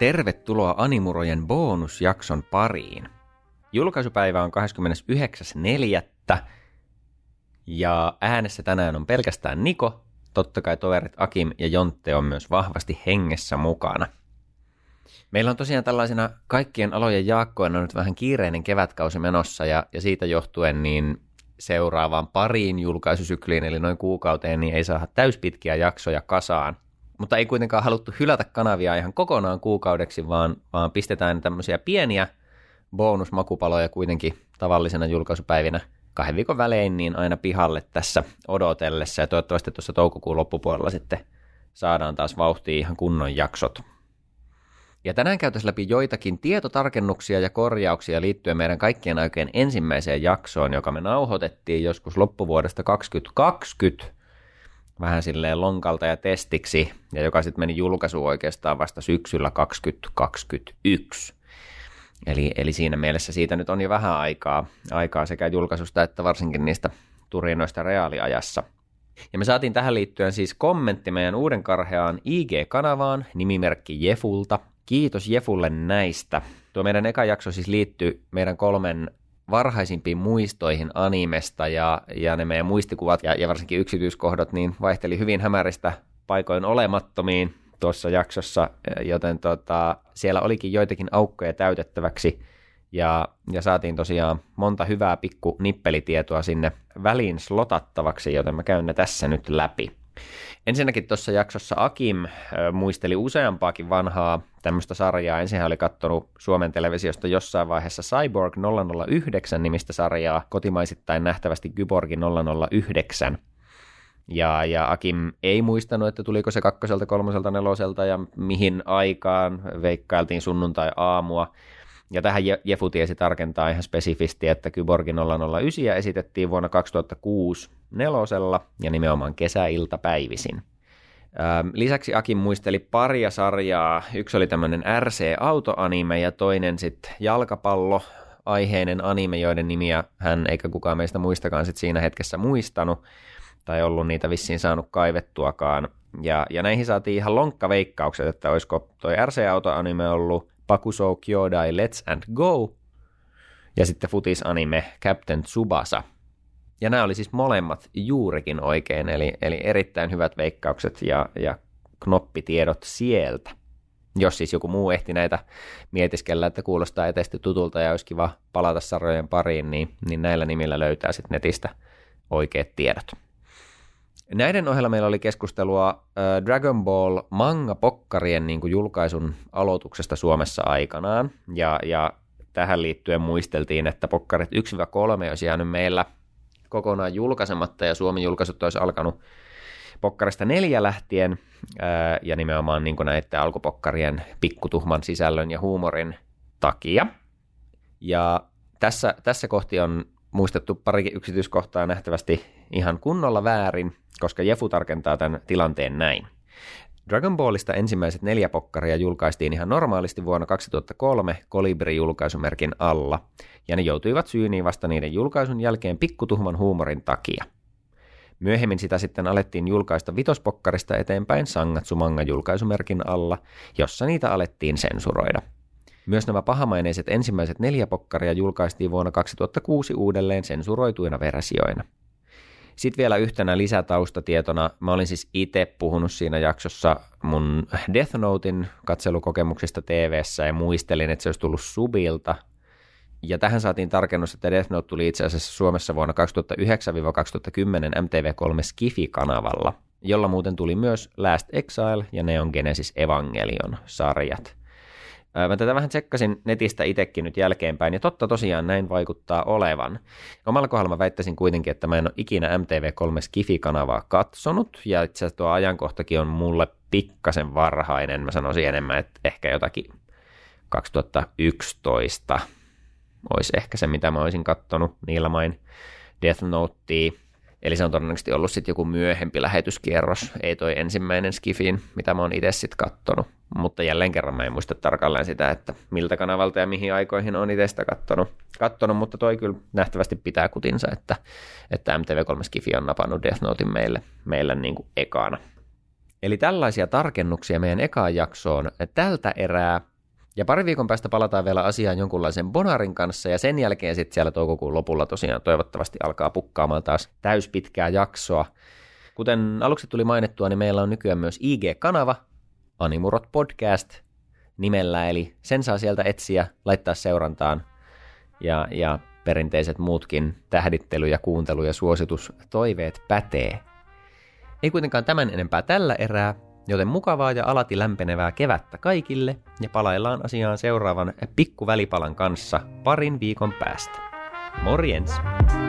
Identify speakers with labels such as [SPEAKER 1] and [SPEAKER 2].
[SPEAKER 1] tervetuloa Animurojen bonusjakson pariin. Julkaisupäivä on 29.4. ja äänessä tänään on pelkästään Niko. Totta kai toverit Akim ja Jontte on myös vahvasti hengessä mukana. Meillä on tosiaan tällaisena kaikkien alojen jaakkoina nyt vähän kiireinen kevätkausi menossa ja siitä johtuen niin seuraavaan pariin julkaisusykliin eli noin kuukauteen niin ei saada täyspitkiä jaksoja kasaan. Mutta ei kuitenkaan haluttu hylätä kanavia ihan kokonaan kuukaudeksi, vaan pistetään tämmöisiä pieniä bonusmakupaloja kuitenkin tavallisena julkaisupäivinä 2 viikon välein niin aina pihalle tässä odotellessa. Ja toivottavasti tuossa toukokuun loppupuolella sitten saadaan taas vauhtiin ihan kunnon jaksot. Ja tänään käytäisiin läpi joitakin tietotarkennuksia ja korjauksia liittyen meidän kaikkien aikojen ensimmäiseen jaksoon, joka me nauhoitettiin joskus loppuvuodesta 2020. Vähän silleen lonkalta ja testiksi, ja joka sitten meni julkaisuun oikeastaan vasta syksyllä 2021. Eli siinä mielessä siitä nyt on jo vähän aikaa sekä julkaisusta että varsinkin niistä turinoista reaaliajassa. Ja me saatiin tähän liittyen siis kommentti meidän uuden karheaan IG-kanavaan nimimerkki Jefulta. Kiitos Jefulle näistä. Tuo meidän eka jakso siis liittyy meidän 3 varhaisimpiin muistoihin animesta ja ne meidän muistikuvat ja varsinkin yksityiskohdat niin vaihteli hyvin hämäristä paikoin olemattomiin tuossa jaksossa, joten siellä olikin joitakin aukkoja täytettäväksi ja saatiin tosiaan monta hyvää pikku nippelitietoa sinne väliin slotattavaksi, joten mä käyn ne tässä nyt läpi. Ensinnäkin tuossa jaksossa Akim muisteli useampaakin vanhaa tämmöistä sarjaa. Ensin hän oli katsonut Suomen televisiosta jossain vaiheessa Cyborg 009 nimistä sarjaa, kotimaisittain nähtävästi Gyborg 009. Ja Akim ei muistanut, että tuliko se 2., 3., 4. ja mihin aikaan, veikkailtiin sunnuntai-aamua. Ja tähän Jefu tiesi tarkentaa ihan spesifisti, että Gyborg 009 esitettiin vuonna 2006 4. ja nimenomaan kesäiltapäivisin. Lisäksi Akim muisteli paria sarjaa. Yksi oli tämmöinen RC-autoanime ja toinen sitten jalkapallo-aiheinen anime, joiden nimiä hän eikä kukaan meistä muistakaan sit siinä hetkessä muistanut tai ollut niitä vissiin saanut kaivettuakaan. Ja näihin saatiin ihan lonkkaveikkaukset, että olisiko toi RC-autoanime ollut Pakusou Kyodai Let's and Go ja sitten futisanime Captain Tsubasa. Ja nämä oli siis molemmat juurikin oikein, eli erittäin hyvät veikkaukset ja knoppitiedot sieltä. Jos siis joku muu ehti näitä mietiskellä, että kuulostaa eteisesti tutulta ja olisi kiva palata sarjojen pariin, niin näillä nimillä löytää sitten netistä oikeat tiedot. Näiden ohella meillä oli keskustelua Dragon Ball manga-pokkarien niin kuin julkaisun aloituksesta Suomessa aikanaan. Ja tähän liittyen muisteltiin, että pokkarit 1-3 olisi jäänyt meillä kokonaan julkaisematta ja Suomen julkaisut olisi alkanut pokkarista 4 lähtien ja nimenomaan niin kuin näiden alkupokkarien pikkutuhman sisällön ja huumorin takia. Ja tässä kohti on muistettu parikin yksityiskohtaa nähtävästi ihan kunnolla väärin, koska Jefu tarkentaa tämän tilanteen näin. Dragon Ballista ensimmäiset 4 pokkaria julkaistiin ihan normaalisti vuonna 2003 Kolibri-julkaisumerkin alla, ja ne joutuivat syyniin vasta niiden julkaisun jälkeen pikkutuhman huumorin takia. Myöhemmin sitä sitten alettiin julkaista vitospokkarista eteenpäin Sangatsu manga-julkaisumerkin alla, jossa niitä alettiin sensuroida. Myös nämä pahamaineiset ensimmäiset 4 pokkaria julkaistiin vuonna 2006 uudelleen sensuroituina versioina. Sitten vielä yhtenä lisätaustatietona, mä olin siis itse puhunut siinä jaksossa mun Death Noten katselukokemuksista TV:ssä ja muistelin, että se olisi tullut Subilta. Ja tähän saatiin tarkennus, että Death Note tuli itse asiassa Suomessa vuonna 2009-2010 MTV3 Skifi-kanavalla, jolla muuten tuli myös Last Exile ja Neon Genesis Evangelion sarjat. Mä tätä vähän tsekkasin netistä itsekin nyt jälkeenpäin, ja totta tosiaan näin vaikuttaa olevan. Omalla kohdalla mä väittäisin kuitenkin, että mä en ole ikinä MTV3 Skifi-kanavaa katsonut, ja itse asiassa tuo ajankohtakin on mulle pikkasen varhainen. Mä sanoisin enemmän, että ehkä jotakin 2011 olisi ehkä se, mitä mä olisin kattonut niillä main Death Notea. Eli se on todennäköisesti ollut sitten joku myöhempi lähetyskierros, ei toi ensimmäinen Skifin, mitä mä oon itse sitten kattonut. Mutta jälleen kerran mä en muista tarkalleen sitä, että miltä kanavalta ja mihin aikoihin on itse sitä kattonut, mutta toi kyllä nähtävästi pitää kutinsa, että MTV3 Skifi on napannut Death Noten meille niin kuin ekana. Eli tällaisia tarkennuksia meidän ekaan jaksoon tältä erää. Ja pari viikon päästä palataan vielä asiaan jonkunlaisen bonarin kanssa, ja sen jälkeen sitten siellä toukokuun lopulla tosiaan toivottavasti alkaa pukkaamaan taas täyspitkää jaksoa. Kuten aluksi tuli mainittua, niin meillä on nykyään myös IG-kanava, Animurot Podcast nimellä, eli sen saa sieltä etsiä, laittaa seurantaan, ja perinteiset muutkin tähdittely- ja kuuntelu- ja suositustoiveet pätee. Ei kuitenkaan tämän enempää tällä erää, joten mukavaa ja alati lämpenevää kevättä kaikille, ja palaillaan asiaan seuraavan pikkuvälipalan kanssa parin viikon päästä. Morjens!